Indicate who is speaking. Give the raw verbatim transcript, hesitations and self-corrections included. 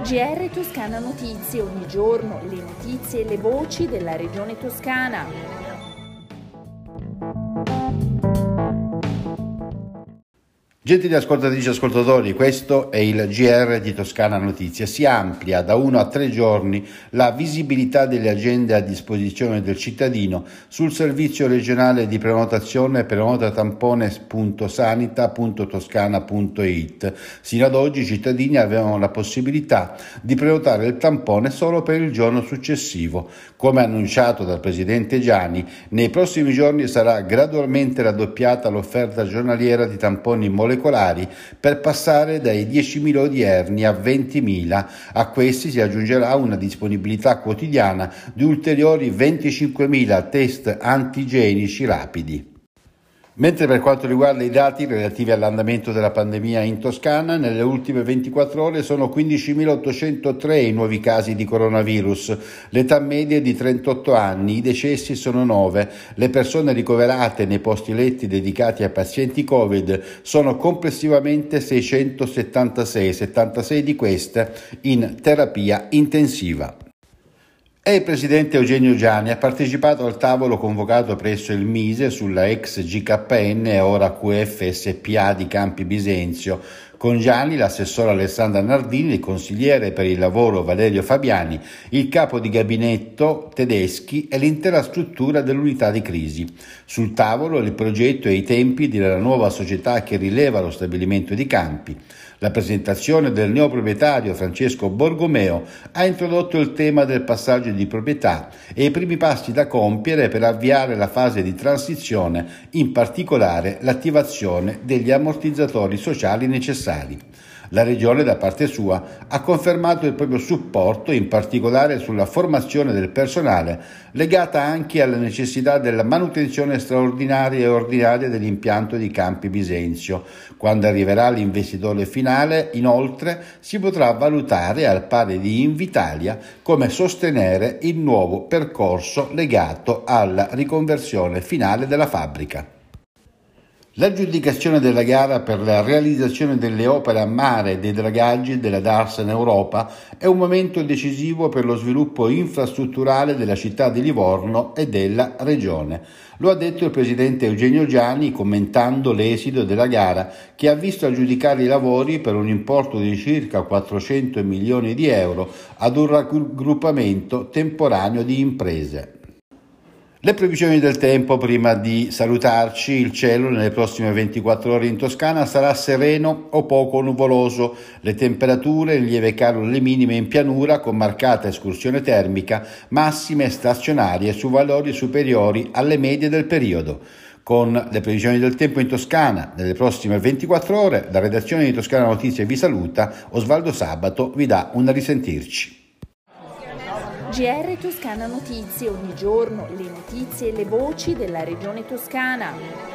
Speaker 1: G R Toscana Notizie, ogni giorno le notizie e le voci della regione toscana.
Speaker 2: Gentili ascoltatrici e ascoltatori, questo è il G R di Toscana Notizie. Si amplia da uno a tre giorni la visibilità delle agende a disposizione del cittadino sul servizio regionale di prenotazione prenotatampone punto sanita punto toscana punto it. Sino ad oggi i cittadini avevano la possibilità di prenotare il tampone solo per il giorno successivo. Come annunciato dal Presidente Giani, nei prossimi giorni sarà gradualmente raddoppiata l'offerta giornaliera di tamponi molecolari per passare dai diecimila odierni a ventimila. A questi si aggiungerà una disponibilità quotidiana di ulteriori venticinquemila test antigenici rapidi. Mentre per quanto riguarda i dati relativi all'andamento della pandemia in Toscana, nelle ultime ventiquattro ore sono quindicimilaottocentotre i nuovi casi di coronavirus, l'età media è di trentotto anni, i decessi sono nove, le persone ricoverate nei posti letti dedicati ai pazienti Covid sono complessivamente seicentosettantasei, settantasei di queste in terapia intensiva. E il presidente Eugenio Giani ha partecipato al tavolo convocato presso il Mise sulla ex G K N e ora Q F S P A di Campi Bisenzio. Con Giani, l'assessore Alessandra Nardini, il consigliere per il lavoro Valerio Fabiani, il capo di gabinetto Tedeschi e l'intera struttura dell'unità di crisi. Sul tavolo il progetto e i tempi della nuova società che rileva lo stabilimento di Campi. La presentazione del neoproprietario Francesco Borgomeo ha introdotto il tema del passaggio di proprietà e i primi passi da compiere per avviare la fase di transizione, in particolare l'attivazione degli ammortizzatori sociali necessari. La Regione, da parte sua, ha confermato il proprio supporto, in particolare sulla formazione del personale, legata anche alla necessità della manutenzione straordinaria e ordinaria dell'impianto di Campi Bisenzio. Quando arriverà l'investitore finale, inoltre, si potrà valutare, al pari di Invitalia, come sostenere il nuovo percorso legato alla riconversione finale della fabbrica. L'aggiudicazione della gara per la realizzazione delle opere a mare e dei dragaggi della Darsen Europa è un momento decisivo per lo sviluppo infrastrutturale della città di Livorno e della regione. Lo ha detto il presidente Eugenio Giani commentando l'esito della gara, che ha visto aggiudicare i lavori per un importo di circa quattrocento milioni di euro ad un raggruppamento temporaneo di imprese. Le previsioni del tempo prima di salutarci: il cielo nelle prossime ventiquattro ore in Toscana sarà sereno o poco nuvoloso, le temperature in lieve calo alle minime in pianura con marcata escursione termica, massime stazionarie su valori superiori alle medie del periodo. Con le previsioni del tempo in Toscana nelle prossime ventiquattro ore, la redazione di Toscana Notizie vi saluta, Osvaldo Sabato vi dà un risentirci.
Speaker 1: G R Toscana Notizie, ogni giorno le notizie e le voci della regione toscana.